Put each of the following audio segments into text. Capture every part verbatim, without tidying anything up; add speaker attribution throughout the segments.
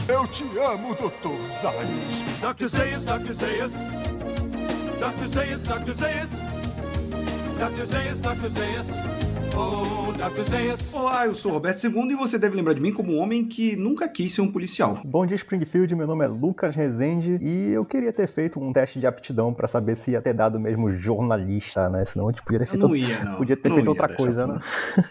Speaker 1: Eu te amo, doutor Zayas.
Speaker 2: doutor Zayas, doutor Zayas. doutor Zayas, doutor Zayas. doutor Zayas, doutor Zayas. Oh, doutor Zayas.
Speaker 3: Olá, eu sou o Roberto segundo e você deve lembrar de mim como um homem que nunca quis ser um policial.
Speaker 4: Bom dia, Springfield. Meu nome é Lucas Rezende e eu queria ter feito um teste de aptidão pra saber se ia ter dado mesmo jornalista, né? Senão a gente podia ter feito,
Speaker 3: não ia, não.
Speaker 4: podia ter
Speaker 3: não
Speaker 4: feito
Speaker 3: ia
Speaker 4: outra coisa,
Speaker 3: porra.
Speaker 4: né?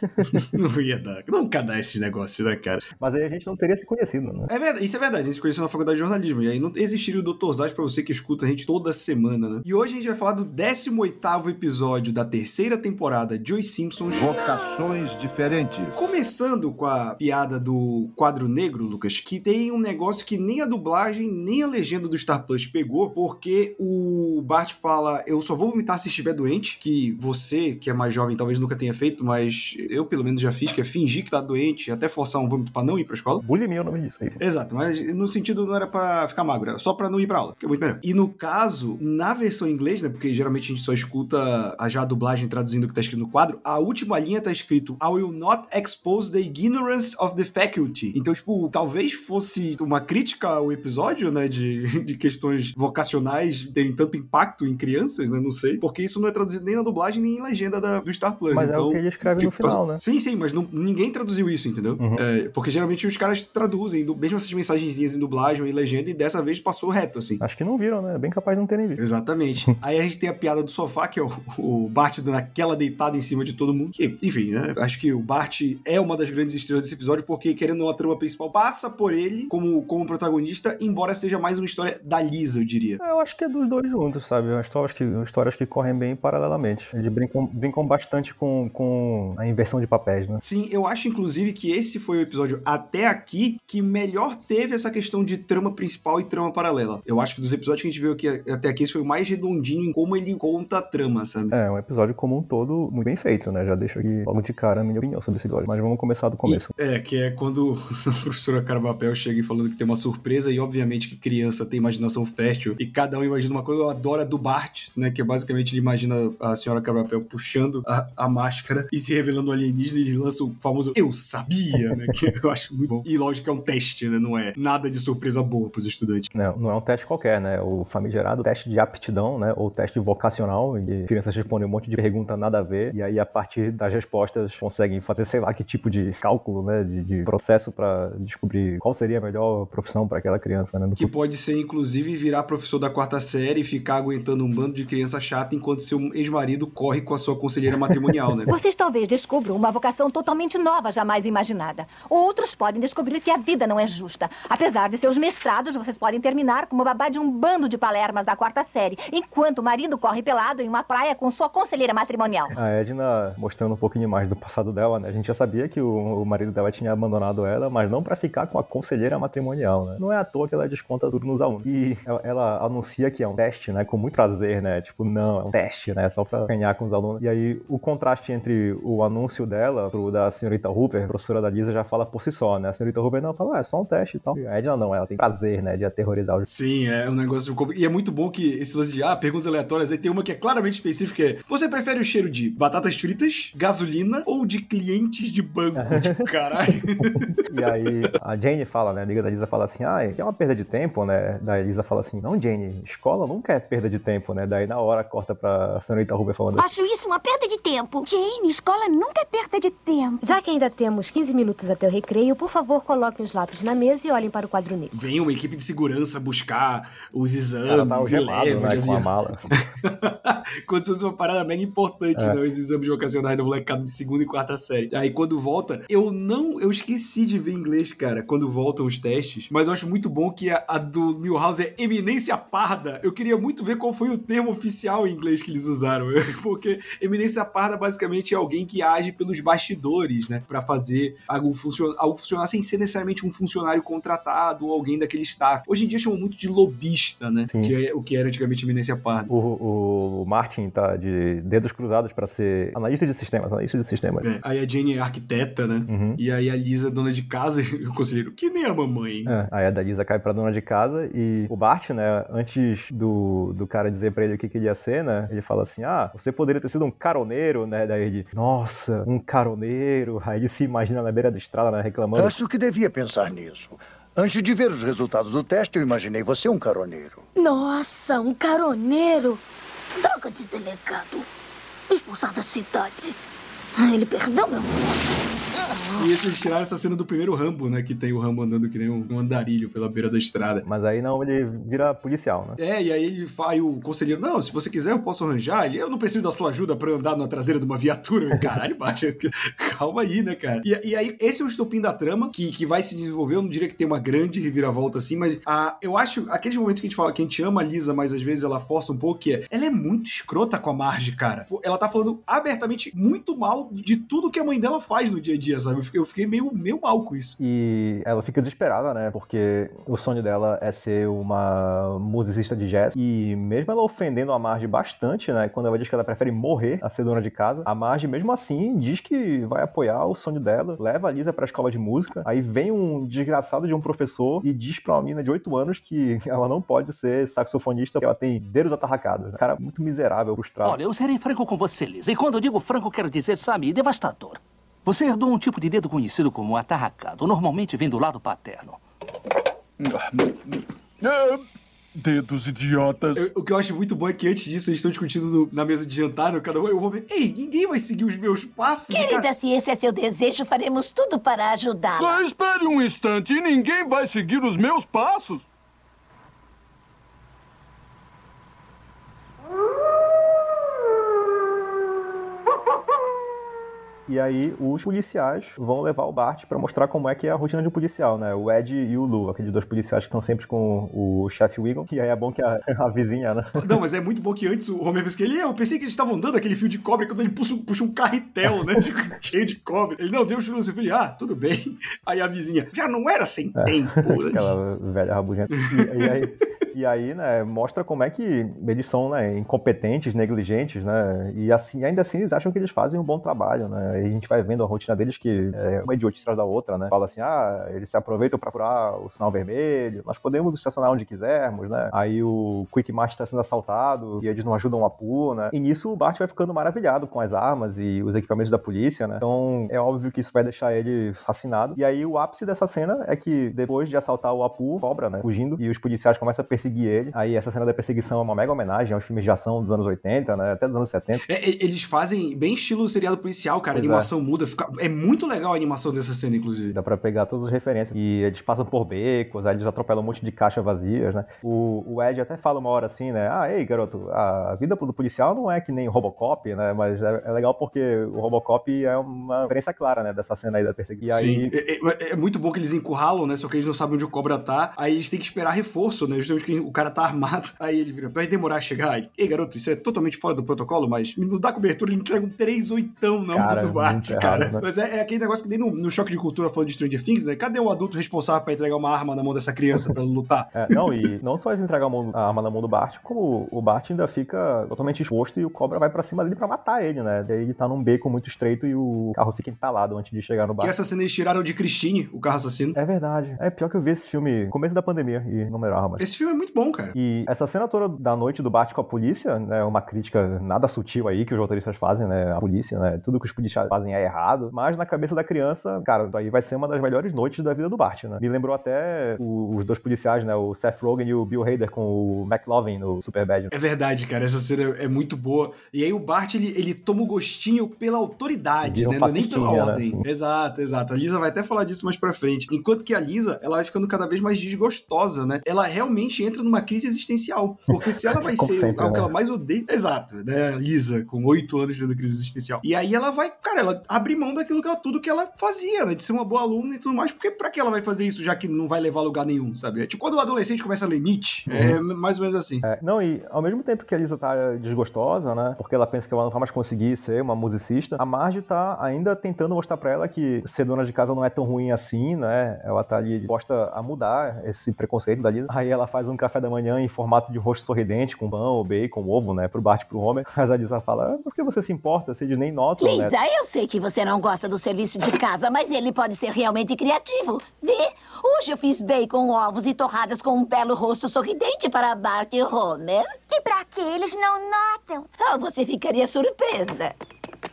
Speaker 3: Não ia dar. Nunca dá esses negócios, né, cara?
Speaker 4: Mas aí a gente não teria se conhecido, né?
Speaker 3: É verdade, isso é verdade. A gente se conheceu na faculdade de jornalismo. E aí não existiria o doutor Zayas pra você que escuta a gente toda semana, né? E hoje a gente vai falar do décimo oitavo episódio da terceira temporada de Os Simpsons.
Speaker 1: Vocações diferentes.
Speaker 3: Começando com a piada do quadro negro, Lucas, que tem um negócio que nem a dublagem, nem a legenda do Star Plus pegou, porque o Bart fala, eu só vou vomitar se estiver doente, que você, que é mais jovem, talvez nunca tenha feito, mas eu pelo menos já fiz, que é fingir que tá doente, até forçar um vômito pra não ir pra escola.
Speaker 4: Bulimia é o nome disso aí.
Speaker 3: Exato, mas no sentido não era pra ficar magro, era só pra não ir pra aula, que é muito melhor. E no caso, na versão em inglês, né, porque geralmente a gente só escuta a já a dublagem traduzindo o que tá escrito no quadro, a última linha tá escrito I will not expose the ignorance of the faculty. Então, tipo, talvez fosse uma crítica ao episódio, né, de, de questões vocacionais terem tanto impacto em crianças, né, não sei, porque isso não é traduzido nem na dublagem, nem em legenda da, do Star Plus.
Speaker 4: Mas
Speaker 3: então,
Speaker 4: é o que ele escreve no final, né?
Speaker 3: Sim, sim, mas não, ninguém traduziu isso, entendeu?
Speaker 4: Uhum.
Speaker 3: É, porque geralmente os caras traduzem, mesmo essas mensagenzinhas em dublagem e legenda, e dessa vez passou reto, assim.
Speaker 4: Acho que não viram, né? É bem capaz de não terem visto.
Speaker 3: Exatamente. Aí a gente tem a piada do sofá, que é o, o Bart dando aquela deitada em cima de todo mundo, que, enfim, né? Acho que o Bart é uma das grandes estrelas desse episódio, porque, querendo ou não, a trama principal passa por ele como, como protagonista, embora seja mais uma história da Lisa, eu diria.
Speaker 4: Eu acho que é dos dois juntos, sabe? Histórias que, histórias que correm bem paralelamente. Eles brincam, brincam bastante com, com a inversão de papéis, né?
Speaker 3: Sim, eu acho, inclusive, que esse foi o episódio até aqui que melhor teve essa questão de trama principal e trama paralela. Eu acho que dos episódios que a gente viu aqui, até aqui, esse foi o mais redondinho em como ele conta a trama, sabe?
Speaker 4: É, um episódio como um todo muito bem feito, né? Já deixo aqui logo de cara a minha opinião sobre esse episódio. Mas vamos começar do começo.
Speaker 3: E, é, que é quando a professora Carabapel chega falando que tem uma surpresa, e obviamente que criança tem imaginação fértil, e cada um imagina uma coisa. Eu adoro a do Bart, né? Que é basicamente ele imagina a senhora Carabapel puxando a, a máscara e se revelando um alienígena, e ele lança o famoso eu sabia, né? Que eu acho muito bom. E lógico que é um teste, né? Não é nada de surpresa boa pros estudantes.
Speaker 4: Não, não é um teste qualquer, né? O famigerado teste de aptidão, né? Ou teste vocacional, e crianças respondem um monte de pergunta nada a ver, e aí a partir das respostas conseguem fazer sei lá que tipo de cálculo, né? De, de processo pra descobrir qual seria a melhor profissão pra aquela criança, né? No
Speaker 3: que
Speaker 4: futuro.
Speaker 3: Pode ser, inclusive, virar professor da quarta série e ficar aguentando um bando de criança chata enquanto seu ex-marido corre com a sua conselheira matrimonial, né?
Speaker 5: Vocês talvez descubram uma vocação totalmente nova, jamais imaginada. Outros podem descobrir que a vida não é justa. Apesar de seus mestrados, vocês podem terminar como babá de um bando de palermas da quarta série, enquanto o marido corre pelado em uma praia com sua conselheira matrimonial.
Speaker 4: A Edna, mostrando um pouquinho mais do passado dela, né? A gente já sabia que o, o marido dela tinha abandonado ela, mas não pra ficar com a conselheira matrimonial, né? Não é à toa que ela desconta tudo nos alunos. E ela, ela anuncia que é um teste, né? Com muito prazer, né? Tipo, não, é um teste, né? Só pra ganhar com os alunos. E aí, o contraste entre o anúncio dela pro da senhorita Hooper, a professora da Lisa, já fala por si só, né? A senhorita Hooper não, fala, ah, é só um teste e tal. E a Edna não, ela tem prazer, né? De aterrorizar os...
Speaker 3: Sim, é um negócio... E é muito bom que esse lance de, ah, perguntas aleatórias, aí tem uma que é claramente específica, que é, você prefere o cheiro de batatas fritas, gasolina ou de clientes de banco? Tipo, caralho.
Speaker 4: E aí, a Jane fala, né? A amiga da Lisa fala assim, ah, que é uma perda de tempo, né? Daí a Lisa fala assim, não, Jane, escola nunca é perda de tempo, né? Daí na hora corta pra senhorita Hooper falando assim,
Speaker 6: acho isso uma perda de tempo. Jane, escola nunca é perda de tempo.
Speaker 7: Já que ainda temos quinze minutos até o recreio, por favor, coloquem os lápis na mesa e olhem para o quadro negro.
Speaker 3: Vem uma equipe de segurança buscar os exames,
Speaker 4: ela tá algemado,
Speaker 3: e leva
Speaker 4: né,
Speaker 3: de
Speaker 4: com a
Speaker 3: avião.
Speaker 4: mala.
Speaker 3: Como se fosse uma parada mega importante,
Speaker 4: É.
Speaker 3: né? Os exames vocacionais da molecada de segunda e quarta série. Aí quando volta, eu não... Eu esqueci de ver em inglês, cara, quando voltam os testes, mas eu acho muito bom que a, a do Milhouse é eminência parda. Eu queria muito ver qual foi o termo oficial em inglês que eles usaram, porque eminência parda basicamente é alguém que age pelos bastidores, né? Pra fazer algo, funcion... algo funcionar sem ser necessariamente um funcionário contratado ou alguém daquele staff. Hoje em dia chamam muito de lobista, né? Que é o que era antigamente eminência parda.
Speaker 4: O, o Martin tá de dedos cruzados pra ser analista de sistemas, analista de sistemas.
Speaker 3: É, aí a Jane é arquiteta, né?
Speaker 4: Uhum.
Speaker 3: E aí a Lisa é dona de casa e o conselheiro, que nem a mamãe.
Speaker 4: É, aí a da Lisa cai pra dona de casa e o Bart, né, antes do, do cara dizer pra ele o que, que ele ia ser, né, ele fala assim, ah, você poderia ter sido um caroneiro, né, daí ele, nossa, um caroneiro, aí ele se imagina na beira da estrada, né, reclamando.
Speaker 8: Acho que devia pensar nisso. Antes de ver os resultados do teste, eu imaginei você um caroneiro.
Speaker 6: Nossa, um caroneiro. Droga de delegado. Expulsar da cidade. Ah, ele perdeu meu...
Speaker 3: E esse, eles tiraram essa cena do primeiro Rambo, né? Que tem o Rambo andando que nem um, um andarilho pela beira da estrada.
Speaker 4: Mas aí não, ele vira policial, né?
Speaker 3: É, e aí ele faz o conselheiro, não, se você quiser eu posso arranjar. Ele, eu não preciso da sua ajuda pra andar na traseira de uma viatura. Caralho, baixa, calma aí, né, cara? E, e aí, esse é o estopim da trama, que, que vai se desenvolver. Eu não diria que tem uma grande reviravolta assim, mas a, eu acho, aqueles momentos que a gente fala que a gente ama a Lisa, mas às vezes ela força um pouco, que é, ela é muito escrota com a Marge, cara. Ela tá falando abertamente muito mal de tudo que a mãe dela faz no dia a dia, sabe? Eu fiquei, eu fiquei meio, meio mal com isso.
Speaker 4: E ela fica desesperada, né? Porque o sonho dela é ser uma musicista de jazz. E mesmo ela ofendendo a Marge bastante, né? Quando ela diz que ela prefere morrer a ser dona de casa, a Marge, mesmo assim, diz que vai apoiar o sonho dela, leva a Lisa pra escola de música. Aí vem um desgraçado de um professor e diz pra uma menina de oito anos que ela não pode ser saxofonista porque ela tem dedos atarracados. Cara, muito miserável, frustrado.
Speaker 9: Olha, eu serei franco com você, Lisa. E quando eu digo franco, quero dizer, sabe, devastador. Você herdou um tipo de dedo conhecido como atarracado. Normalmente vem do lado paterno.
Speaker 2: Dedos idiotas.
Speaker 3: Eu, o que eu acho muito bom é que antes disso eles estão discutindo no, na mesa de jantar, no cada um, e o homem, ei, ninguém vai seguir os meus passos.
Speaker 6: Querida,
Speaker 3: cara...
Speaker 6: se esse é seu desejo, faremos tudo para ajudá-la.
Speaker 2: Ah, espere um instante, e ninguém vai seguir os meus passos?
Speaker 4: E aí os policiais vão levar o Bart pra mostrar como é que é a rotina de um policial, né? O Ed e o Lou, aqueles dois policiais que estão sempre com o chefe Wiggum. E aí é bom que a, a vizinha, né?
Speaker 3: Não, mas é muito bom que antes o Homer pensa que ele, eu pensei que eles estavam dando aquele fio de cobre quando ele puxa, puxa um carretel, né? Cheio de cobre. Ele, não, Deus filho, seu filho, ah, tudo bem. Aí a vizinha, já não era sem
Speaker 4: é,
Speaker 3: tempo.
Speaker 4: Aquela velha rabugenta. E, e aí... E aí, né, mostra como é que eles são, né, incompetentes, negligentes, né, e assim, ainda assim eles acham que eles fazem um bom trabalho, né, e a gente vai vendo a rotina deles que é uma idiotice atrás da outra, né, fala assim, ah, eles se aproveitam pra furar o sinal vermelho, nós podemos estacionar onde quisermos, né, aí o Quick Mart tá sendo assaltado e eles não ajudam o Apu, né, e nisso o Bart vai ficando maravilhado com as armas e os equipamentos da polícia, né, então é óbvio que isso vai deixar ele fascinado, e aí o ápice dessa cena é que depois de assaltar o Apu, cobra, né, fugindo, e os policiais começam a perseguir ele. Aí essa cena da perseguição é uma mega homenagem aos filmes de ação dos anos oitenta, né? Até dos anos setenta.
Speaker 3: É, eles fazem bem estilo seriado policial, cara. A
Speaker 4: Pois
Speaker 3: animação
Speaker 4: é.
Speaker 3: muda. Fica... É muito legal a animação dessa cena, inclusive.
Speaker 4: Dá pra pegar todas as referências. E eles passam por becos, aí eles atropelam um monte de caixas vazias, né? O, o Ed até fala uma hora assim, né? Ah, ei, garoto, a vida do policial não é que nem o Robocop, né? Mas é, é legal porque o Robocop é uma referência clara, né? Dessa cena aí da perseguição. E aí...
Speaker 3: Sim. É, é, é muito bom que eles encurralam, né? Só que eles não sabem onde o cobra tá. Aí eles têm que esperar reforço, né? Justamente porque o cara tá armado. Aí ele vira, vai demorar a chegar. Aí, ei, garoto, isso é totalmente fora do protocolo, mas não dá cobertura, ele entrega um três oitão na mão do Bart, cara. Errado, né? Mas é, é aquele negócio que nem no, no Choque de Cultura falando de Stranger Things, né? Cadê o adulto responsável pra entregar uma arma na mão dessa criança pra lutar?
Speaker 4: É, não, e não só eles entregam a, mão, a arma na mão do Bart, como o Bart ainda fica totalmente exposto e o cobra vai pra cima dele pra matar ele, né? Daí ele tá num beco muito estreito e o carro fica entalado antes de chegar no Bart.
Speaker 3: E essa cena eles tiraram de Christine, o carro assassino.
Speaker 4: É verdade. É pior que eu vi esse filme no começo da pandemia e não lembrava mais.
Speaker 3: Esse filme é muito bom, cara.
Speaker 4: E essa cena toda da noite do Bart com a polícia, né, uma crítica nada sutil aí que os roteiristas fazem, né, a polícia, né, tudo que os policiais fazem é errado, mas na cabeça da criança, cara, aí vai ser uma das melhores noites da vida do Bart, né. Me lembrou até o, os dois policiais, né, o Seth Rogen e o Bill Hader com o McLovin no Superbad.
Speaker 3: É verdade, cara, essa cena é muito boa. E aí o Bart, ele, ele toma o gostinho pela autoridade, né, não é nem pela ordem. Né? Exato, exato. A Lisa vai até falar disso mais pra frente. Enquanto que a Lisa, ela vai ficando cada vez mais desgostosa, né. Ela realmente entra numa crise existencial, porque se ela vai ser sempre, algo né? que ela mais odeia. Exato, né? A Lisa, com oito anos tendo crise existencial. E aí ela vai, cara, ela abre mão daquilo que ela, tudo que ela fazia, né? De ser uma boa aluna e tudo mais, porque pra que ela vai fazer isso, já que não vai levar a lugar nenhum, sabe? É tipo quando o adolescente começa a ler Nietzsche, uhum. é mais ou menos assim.
Speaker 4: É, não, e ao mesmo tempo que a Lisa tá desgostosa, né? Porque ela pensa que ela não vai mais conseguir ser uma musicista, a Marge tá ainda tentando mostrar pra ela que ser dona de casa não é tão ruim assim, né? Ela tá ali disposta a mudar esse preconceito da Lisa. Aí ela faz um café da manhã em formato de rosto sorridente, com pão, bacon, ovo, né? Pro Bart e pro Homer. Mas a Lisa fala, ah, por que você se importa? Vocês nem notam,
Speaker 6: Lisa,
Speaker 4: né?
Speaker 6: eu sei que você não gosta do serviço de casa, mas ele pode ser realmente criativo. Vê, hoje eu fiz bacon, ovos e torradas com um belo rosto sorridente para Bart e Homer.
Speaker 10: E pra que eles não notam?
Speaker 6: Ah, você ficaria surpresa.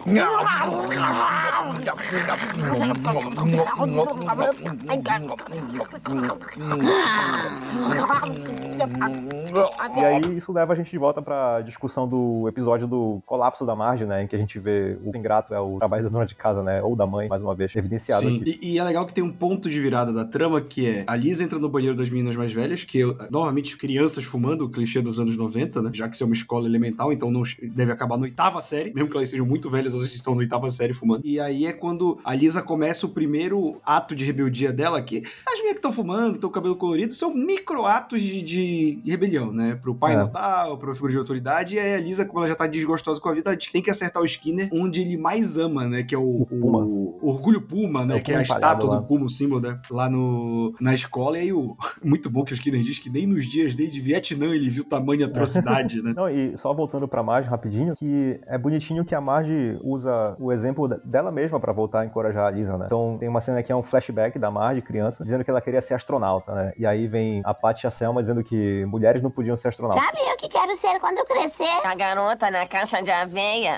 Speaker 4: E aí isso leva a gente de volta pra discussão do episódio do colapso da Marge, né, em que a gente vê o ingrato é o trabalho da dona de casa, né, ou da mãe, mais uma vez, evidenciado
Speaker 3: Sim,
Speaker 4: aqui.
Speaker 3: e, e é legal que tem um ponto de virada da trama, que é a Lisa entra no banheiro das meninas mais velhas, que eu, novamente crianças fumando, o clichê dos anos noventa, né, já que isso é uma escola elemental, então não deve acabar na oitava série, mesmo que elas sejam muito velhas, elas estão na oitava série fumando. E aí é quando a Lisa começa o primeiro ato de rebeldia dela, que as minhas que estão fumando, estão com cabelo colorido, são micro atos de, de rebelião, né, pro pai
Speaker 4: É.
Speaker 3: Natal, pra figura de autoridade, e aí a Lisa, como ela já tá desgostosa com a vida, tem que acertar o Skinner onde ele mais ama, né, que é o,
Speaker 4: O Puma.
Speaker 3: o Orgulho Puma, né,
Speaker 4: É o
Speaker 3: que é a
Speaker 4: Puma empalhado
Speaker 3: estátua
Speaker 4: lá.
Speaker 3: do Puma, o símbolo, né, lá no, na escola, e aí o, muito bom que o Skinner diz que nem nos dias dele de Vietnã ele viu tamanha atrocidade, né.
Speaker 4: Não, e só voltando pra Marge rapidinho, que é bonitinho que a Marge usa o exemplo de- dela mesma pra voltar a encorajar a Lisa, né? Então tem uma cena que é um flashback da Marge, criança, dizendo que ela queria ser astronauta, né? E aí vem a Patty e a Selma dizendo que mulheres não podiam ser astronautas.
Speaker 6: Sabe o que quero ser quando crescer?
Speaker 10: A garota na caixa de aveia.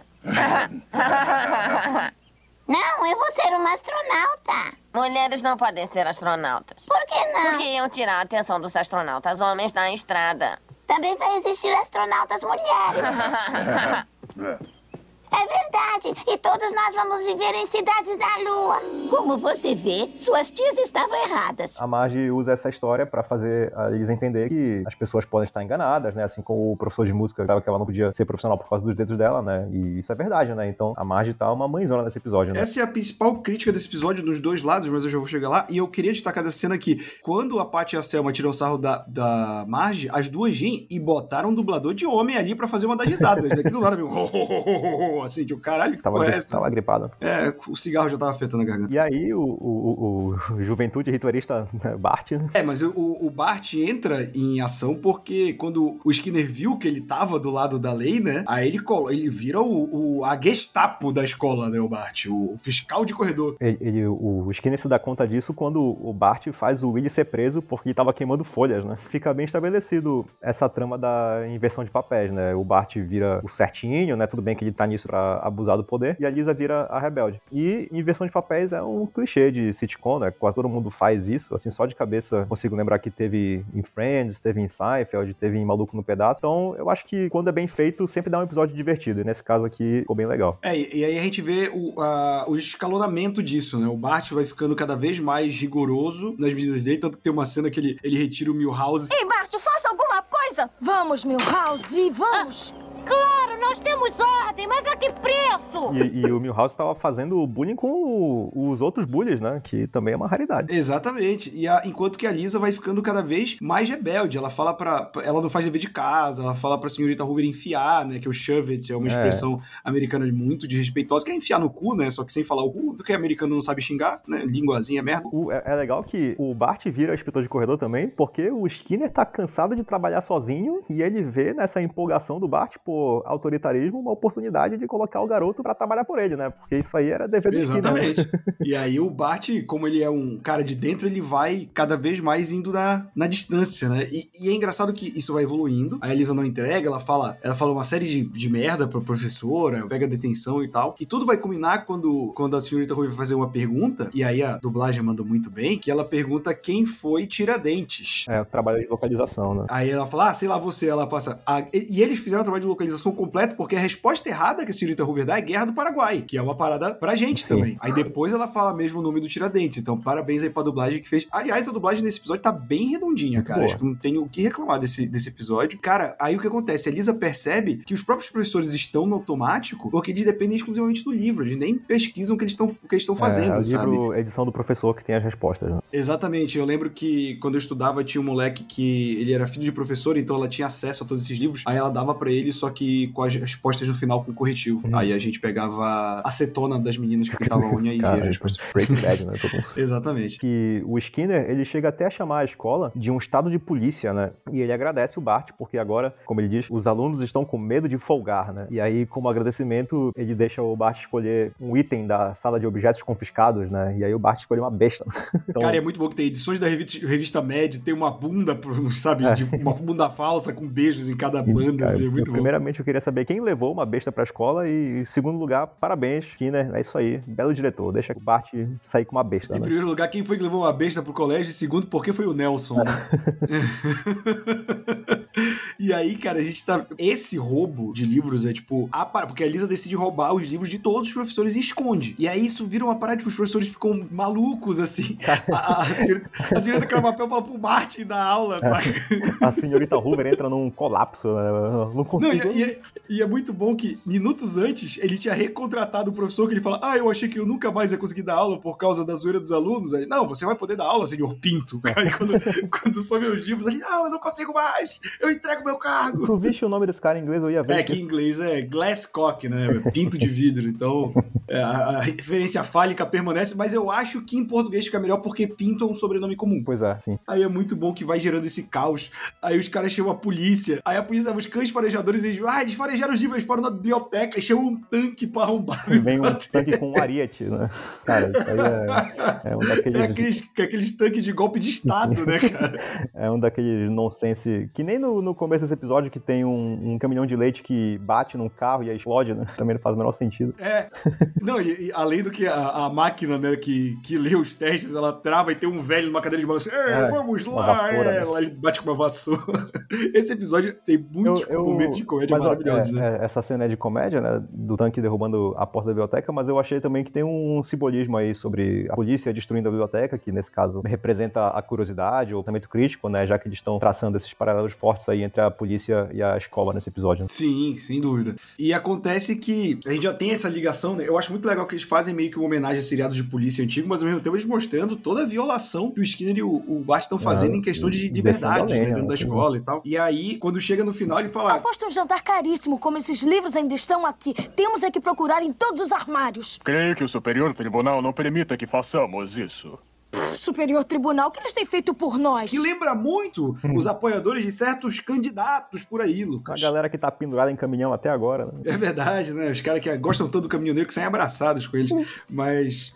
Speaker 6: Não, eu vou ser uma astronauta.
Speaker 10: Mulheres não podem ser astronautas.
Speaker 6: Por que não?
Speaker 10: Porque iam tirar a atenção dos astronautas homens da estrada.
Speaker 6: Também vai existir astronautas mulheres. É verdade. E todos nós vamos viver em cidades da Lua. Como você vê, suas tias estavam erradas.
Speaker 4: A Marge usa essa história pra fazer a Lisa entender que as pessoas podem estar enganadas, né? Assim como o professor de música achava que ela não podia ser profissional por causa dos dedos dela, né? E isso é verdade, né? Então a Marge tá uma mãezona nesse episódio, né?
Speaker 3: Essa é a principal crítica desse episódio dos dois lados, mas eu já vou chegar lá. E eu queria destacar dessa cena que, quando a Patty e a Selma tiram sarro da, da Marge, as duas vêm e botaram um dublador de homem ali pra fazer uma das risadas. Daqui do lado, viu? Assim, tipo, caralho, que
Speaker 4: Tava,
Speaker 3: porra é
Speaker 4: gri-
Speaker 3: essa?
Speaker 4: tava gripado.
Speaker 3: É, o cigarro já tava afetando a garganta.
Speaker 4: E aí o, o, o, o Juventude Ritualista né, Bart, né?
Speaker 3: É, mas o, o Bart entra em ação porque quando o Skinner viu que ele tava do lado da lei, né? Aí ele, colo- ele vira o, o- a Gestapo da escola, né, o Bart? O fiscal de corredor.
Speaker 4: Ele, ele- o Skinner se dá conta disso quando o Bart faz o Willy ser preso porque ele tava queimando folhas, né? Fica bem estabelecido essa trama da inversão de papéis, né? O Bart vira o certinho, né? Tudo bem que ele tá nisso pra abusar do poder, e a Lisa vira a rebelde. E inversão de papéis é um clichê de sitcom, né? Quase todo mundo faz isso, assim, só de cabeça consigo lembrar que teve em Friends, teve em Seinfeld, teve em Maluco no Pedaço. Então, eu acho que quando é bem feito, sempre dá um episódio divertido, e nesse caso aqui ficou bem legal.
Speaker 3: É, e, e aí a gente vê o, a- o escalonamento disso, né? O Bart vai ficando cada vez mais rigoroso nas medidas dele, tanto que tem uma cena que ele, ele retira o Milhouse.
Speaker 10: Ei, Bart, faça alguma coisa!
Speaker 7: Vamos, Milhouse, vamos!
Speaker 10: Claro, nós temos ordem, mas a que preço?
Speaker 4: E, e o Milhouse tava fazendo bullying com o- os outros bullies, né? Que também é uma raridade.
Speaker 3: Exatamente. E a- enquanto que a Lisa vai ficando cada vez mais rebelde. Ela fala pra. Ela não faz dever de casa, ela fala pra senhorita Hoover enfiar, né? Que o shove it é uma
Speaker 4: É.
Speaker 3: expressão americana muito desrespeitosa, que é enfiar no cu, né? Só que sem falar o cu, porque americano não sabe xingar, né? Linguazinha merda.
Speaker 4: O- é, é legal que o Bart vira inspetor de corredor também, porque o Skinner tá cansado de trabalhar sozinho e ele vê nessa empolgação do Bart por autoritarismo uma oportunidade de colocar o garoto pra trabalhar por ele, né? Porque isso aí era dever do Skinner.
Speaker 3: Exatamente. E aí o Bart, como ele é um cara de dentro, ele vai cada vez mais indo na, na distância, né? E, e é engraçado que isso vai evoluindo. A Elisa não entrega, ela fala, ela fala uma série de, de merda pra professora, pega detenção e tal. E tudo vai culminar quando, quando a senhorita Ruiva vai fazer uma pergunta, e aí a dublagem mandou muito bem, que ela pergunta quem foi Tiradentes.
Speaker 4: É, o trabalho de localização, né?
Speaker 3: Aí ela fala, ah, sei lá você, ela passa... a- E e eles fizeram o trabalho de localização completo, porque a resposta errada que a senhorita Hoover dá é Guerra do Paraguai, que é uma parada pra gente
Speaker 4: Sim.
Speaker 3: também. Aí depois ela fala mesmo o nome do Tiradentes, então parabéns aí pra dublagem que fez. Aliás, a dublagem nesse episódio tá bem redondinha, cara.
Speaker 4: Boa.
Speaker 3: Acho que não tenho o que reclamar desse, desse episódio. Cara, aí o que acontece? A Lisa percebe que os próprios professores estão no automático, porque eles dependem exclusivamente do livro, eles nem pesquisam o que eles estão o que eles estão fazendo,
Speaker 4: é, o
Speaker 3: sabe?
Speaker 4: livro, edição do professor que tem as respostas, né?
Speaker 3: Exatamente, eu lembro que quando eu estudava tinha um moleque que ele era filho de professor, então ela tinha acesso a todos esses livros, aí ela dava pra ele, só que com as respostas no final com corretivo.
Speaker 4: Uhum.
Speaker 3: Aí a gente pegava a acetona das meninas que pintavam a unha e via
Speaker 4: Cara,
Speaker 3: as respostas.
Speaker 4: Breaking Bad, né? Todo mundo sabe.
Speaker 3: Exatamente.
Speaker 4: Que o Skinner, ele chega até a chamar a escola de um estado de polícia, né? E ele agradece o Bart, porque agora, como ele diz, os alunos estão com medo de folgar, né? E aí, como agradecimento, ele deixa o Bart escolher um item da sala de objetos confiscados, né? E aí o Bart escolhe uma besta. Então,
Speaker 3: Cara, é muito bom que tem edições da revista, revista Mad, tem uma bunda, sabe,
Speaker 4: É.
Speaker 3: de uma bunda falsa com beijos em cada banda,
Speaker 4: cara,
Speaker 3: assim, é muito bom.
Speaker 4: primeiramente primeiramente eu queria saber quem levou uma besta pra escola e, em segundo lugar, parabéns, Skinner, é isso aí, belo diretor, deixa o Bart sair com uma besta.
Speaker 3: Em
Speaker 4: né?
Speaker 3: primeiro lugar, quem foi que levou uma besta pro colégio? Em segundo, por que foi o Nelson, né? E aí, cara, a gente tá... Esse roubo de livros é tipo... A par... Porque a Lisa decide roubar os livros de todos os professores e esconde. E aí isso vira uma parada, tipo, os professores ficam malucos, assim. A, a, senhorita, a senhorita Cravapel fala pro Martin da aula, saca?
Speaker 4: A senhorita Hoover entra num colapso, né? Eu não consigo...
Speaker 3: Não, e, e, e é muito bom que, minutos antes, ele tinha recontratado o professor, que ele fala, ah, eu achei que eu nunca mais ia conseguir dar aula por causa da zoeira dos alunos. Aí, não, você vai poder dar aula, senhor Pinto. Aí, quando, quando some os livros, ele, não, eu não consigo mais, eu entrego meu cargo.
Speaker 4: Tu viste o nome desse cara em inglês? Eu ia ver.
Speaker 3: É, que em inglês é Glasscock, né? Pinto de vidro. Então, é, a, a referência fálica permanece, mas eu acho que em português fica melhor porque Pinto é um sobrenome comum.
Speaker 4: Pois é, sim.
Speaker 3: Aí é muito bom que vai gerando esse caos. Aí os caras chamam a polícia. Aí a polícia leva os cães farejadores e eles, ah, eles farejaram os livros, eles foram na biblioteca e chamam um tanque pra arrombar.
Speaker 4: Vem um tanque com um ariete, né? Cara, isso aí é, é um daqueles...
Speaker 3: É aqueles, aqueles tanques de golpe de estado, né, cara?
Speaker 4: É um daqueles nonsense... Que nem no, no começo desse episódio que tem um, um caminhão de leite que bate num carro e aí explode, né? Também não faz o menor sentido.
Speaker 3: É. Não, e, e além do que a, a máquina, né, que, que lê os testes, ela trava e tem um velho numa cadeira de balanço. É, vamos lá!
Speaker 4: Vassoura,
Speaker 3: é,
Speaker 4: né?
Speaker 3: lá ele bate com uma vassoura. Esse episódio tem muitos eu, eu, momentos de comédia
Speaker 4: mas,
Speaker 3: maravilhosos,
Speaker 4: ó, é,
Speaker 3: né?
Speaker 4: É, essa cena é de comédia, né? Do tanque derrubando a porta da biblioteca, mas eu achei também que tem um simbolismo aí sobre a polícia destruindo a biblioteca, que nesse caso representa a curiosidade ou o pensamento crítico, né? Já que eles estão traçando esses paralelos fortes aí entre a polícia e a escola nesse episódio.
Speaker 3: Sim, sem dúvida. E acontece que a gente já tem essa ligação, né? Eu acho muito legal que eles fazem meio que uma homenagem a seriados de polícia antigo, mas ao mesmo tempo eles mostrando toda a violação que o Skinner e o, o Bart estão fazendo ah, em questão de liberdade, né? Dentro da escola e tal. E aí, quando chega no final, ele fala...
Speaker 11: Aposto um jantar caríssimo, como esses livros ainda estão aqui. Temos é que procurar em todos os armários.
Speaker 12: Creio que o Superior Tribunal não permita que façamos isso.
Speaker 11: Superior Tribunal, o que eles têm feito por nós?
Speaker 3: Que lembra muito os apoiadores de certos candidatos por aí, Lucas.
Speaker 4: A galera que tá pendurada em caminhão até agora, né?
Speaker 3: É verdade, né? Os caras que gostam tanto do caminhoneiro que saem abraçados com eles. Mas...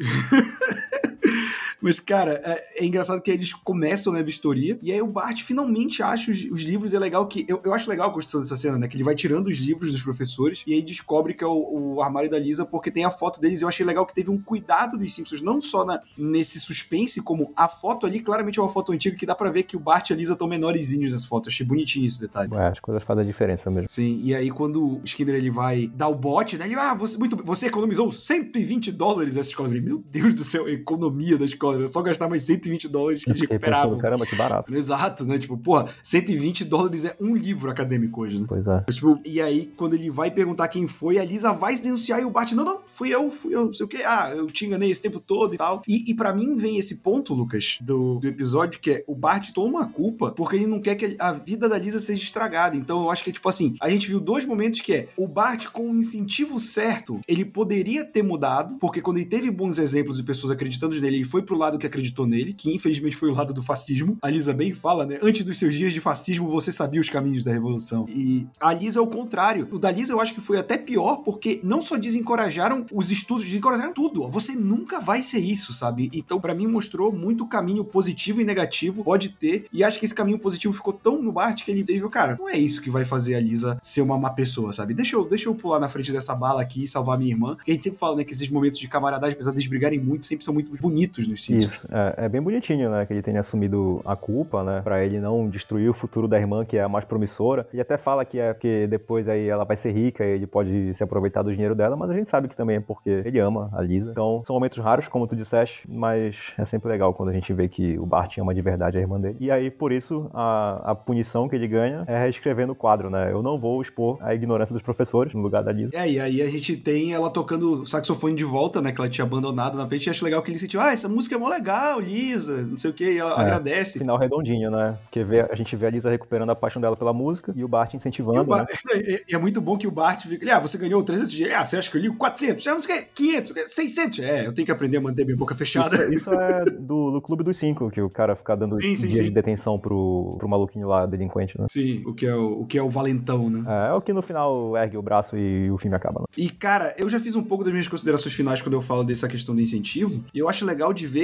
Speaker 3: Mas, cara, é, é engraçado que eles começam na vistoria e aí o Bart finalmente acha os, os livros e é legal que... Eu, eu acho legal a construção dessa cena, né? Que ele vai tirando os livros dos professores e aí descobre que é o, o armário da Lisa porque tem a foto deles. Eu achei legal que teve um cuidado dos Simpsons, não só na, nesse suspense, como a foto ali claramente é uma foto antiga que dá pra ver que o Bart e a Lisa estão menorzinhos nessa foto. Achei bonitinho esse detalhe.
Speaker 4: É, as coisas fazem a diferença mesmo.
Speaker 3: Sim, e aí quando o Skinner ele vai dar o bote, né? Ele, ah, você, muito, você economizou cento e vinte dólares essa escola. Eu falei, meu Deus do céu, a economia da escola. É só gastar mais cento e vinte dólares que eles recuperavam.
Speaker 4: Caramba, que barato.
Speaker 3: Exato, né? Tipo, porra, cento e vinte dólares é um livro acadêmico hoje, né?
Speaker 4: Pois é.
Speaker 3: Tipo, e aí, quando ele vai perguntar quem foi, a Lisa vai se denunciar e o Bart, não, não, fui eu, fui eu, não sei o que, ah, eu te enganei esse tempo todo e tal. E, e pra mim vem esse ponto, Lucas, do, do episódio, que é o Bart toma a culpa porque ele não quer que a vida da Lisa seja estragada. Então eu acho que é tipo assim, a gente viu dois momentos que é, o Bart com o incentivo certo, ele poderia ter mudado, porque quando ele teve bons exemplos de pessoas acreditando nele, ele foi pro lado que acreditou nele, que infelizmente foi o lado do fascismo. A Lisa bem fala, né? Antes dos seus dias de fascismo, você sabia os caminhos da revolução. E a Lisa é o contrário. O da Lisa eu acho que foi até pior, porque não só desencorajaram os estudos, desencorajaram tudo. Você nunca vai ser isso, sabe? Então, pra mim, mostrou muito caminho positivo e negativo, pode ter, e acho que esse caminho positivo ficou tão no Bart que ele teve, cara, não é isso que vai fazer a Lisa ser uma má pessoa, sabe? Deixa eu, deixa eu pular na frente dessa bala aqui e salvar minha irmã, porque a gente sempre fala, né, que esses momentos de camaradagem, apesar de eles brigarem muito, sempre são muito bonitos nos Simpsons.
Speaker 4: Isso, é, é bem bonitinho, né, que ele tenha assumido a culpa, né, pra ele não destruir o futuro da irmã, que é a mais promissora, e até fala que é porque depois aí ela vai ser rica e ele pode se aproveitar do dinheiro dela, mas a gente sabe que também é porque ele ama a Lisa. Então, são momentos raros, como tu disseste, mas é sempre legal quando a gente vê que o Bart ama de verdade a irmã dele. E aí, por isso, a, a punição que ele ganha é reescrever no quadro, né, eu não vou expor a ignorância dos professores no lugar da Lisa.
Speaker 3: É, e aí a gente tem ela tocando saxofone de volta, né, que ela tinha abandonado na frente, e acho legal que ele sentiu, ah, essa música é mó legal, Lisa, não sei o que, e ela é, agradece.
Speaker 4: Final redondinho, né, porque vê, a gente vê a Lisa recuperando a paixão dela pela música e o Bart incentivando, e o Bar... né.
Speaker 3: E é muito bom que o Bart fica, ah, você ganhou trezentos de, ah, você acha que eu li quatrocentos, ah, não sei o que, quinhentos, seiscentos, é, eu tenho que aprender a manter minha boca fechada.
Speaker 4: Isso, isso é do, do Clube dos Cinco, que o cara fica dando
Speaker 3: sim, sim,
Speaker 4: dia
Speaker 3: sim.
Speaker 4: de detenção pro, pro maluquinho lá, delinquente, né.
Speaker 3: Sim, o que é o, o, que é o valentão, né.
Speaker 4: É, é o que no final ergue o braço e o filme acaba, né.
Speaker 3: E, cara, eu já fiz um pouco das minhas considerações finais quando eu falo dessa questão do incentivo, e eu acho legal de ver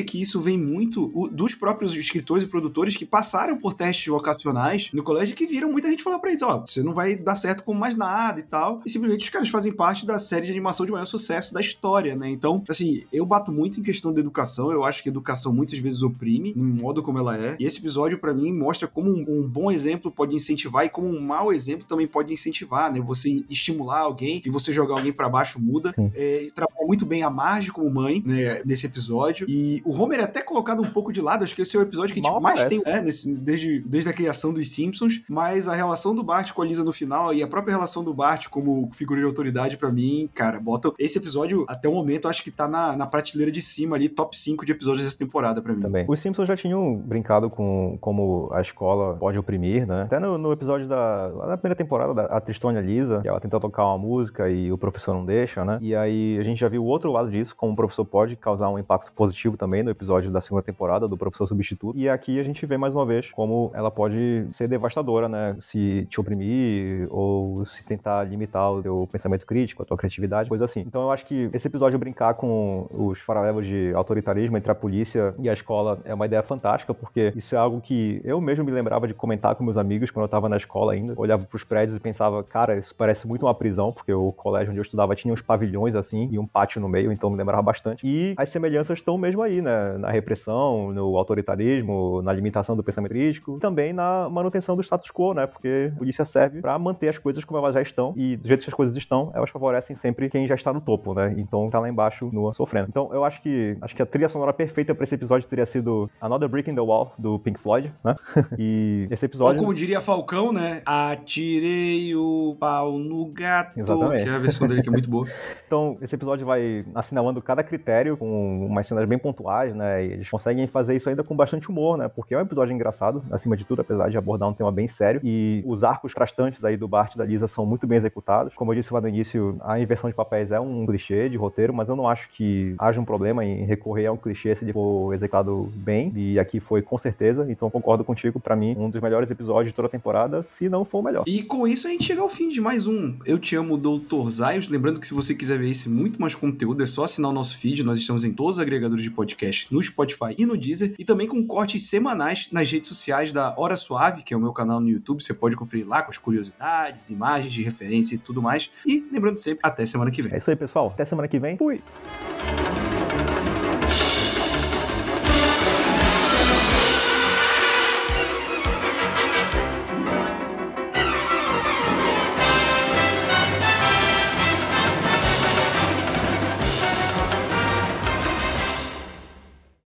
Speaker 3: que isso vem muito o, dos próprios escritores e produtores que passaram por testes vocacionais no colégio, que viram muita gente falar pra eles, ó, oh, você não vai dar certo com mais nada e tal, e simplesmente os caras fazem parte da série de animação de maior sucesso da história, né? Então, assim, eu bato muito em questão da educação, eu acho que a educação muitas vezes oprime, no modo como ela é, e esse episódio, pra mim, mostra como um, um bom exemplo pode incentivar e como um mau exemplo também pode incentivar, né? Você estimular alguém e você jogar alguém pra baixo muda. É, trabalha muito bem a Marge como mãe, né, nesse episódio, e o Homer é até colocado um pouco de lado, acho que esse é o episódio que a gente mais parece. tem, né, nesse, desde, desde a criação dos Simpsons, mas a relação do Bart com a Lisa no final e a própria relação do Bart como figura de autoridade pra mim, cara, bota esse episódio, até o momento, acho que tá na, na prateleira de cima ali, top cinco de episódios dessa temporada pra mim.
Speaker 4: Também. Os Simpsons já tinham brincado com como a escola pode oprimir, né? Até no, no episódio da, da primeira temporada, da a Tristônia Lisa, que ela tenta tocar uma música e o professor não deixa, né? E aí a gente já viu o outro lado disso, como o professor pode causar um impacto positivo também no episódio da segunda temporada, do professor substituto. E aqui a gente vê mais uma vez como ela pode ser devastadora, né? Se te oprimir ou se tentar limitar o teu pensamento crítico, a tua criatividade, coisa assim. Então eu acho que esse episódio brincar com os paralelos de autoritarismo entre a polícia e a escola é uma ideia fantástica, porque isso é algo que eu mesmo me lembrava de comentar com meus amigos quando eu tava na escola ainda. Eu olhava pros prédios e pensava, cara, isso parece muito uma prisão, porque o colégio onde eu estudava tinha uns pavilhões assim e um pátio no meio, então me lembrava bastante. E as semelhanças estão mesmo aí, né? Na repressão, no autoritarismo, na limitação do pensamento crítico, também na manutenção do status quo, né? Porque a polícia serve pra manter as coisas como elas já estão, e do jeito que as coisas estão, elas favorecem sempre quem já está no topo, né? Então tá lá embaixo, nua, sofrendo. Então eu acho que acho que a trilha sonora perfeita pra esse episódio teria sido Another Brick in the Wall, do Pink Floyd, né? E esse episódio...
Speaker 3: Ou como diria Falcão, né? Atirei o pau no gato.
Speaker 4: Exatamente.
Speaker 3: Que é a versão dele que é muito boa.
Speaker 4: Então, esse episódio vai assinalando cada critério com umas cenas bem pontuais, né? E eles conseguem fazer isso ainda com bastante humor, né? Porque é um episódio engraçado, acima de tudo, apesar de abordar um tema bem sério. E os arcos frastantes aí do Bart e da Lisa são muito bem executados. Como eu disse lá no início, a inversão de papéis é um clichê de roteiro, mas eu não acho que haja um problema em recorrer a um clichê se ele for executado bem. E aqui foi com certeza, então concordo contigo. Pra mim, um dos melhores episódios de toda a temporada, se não for o melhor.
Speaker 3: E com isso a gente chega ao fim de mais um Eu Te Amo, doutor Zaios. Lembrando que se você quiser ver esse muito mais conteúdo, é só assinar o nosso feed. Nós estamos em todos os agregadores de podcast, no Spotify e no Deezer, e também com cortes semanais nas redes sociais da Hora Suave, que é o meu canal no YouTube. Você pode conferir lá com as curiosidades, imagens de referência e tudo mais. E lembrando sempre, até semana que vem.
Speaker 4: É isso aí, pessoal. Até semana que vem. Fui!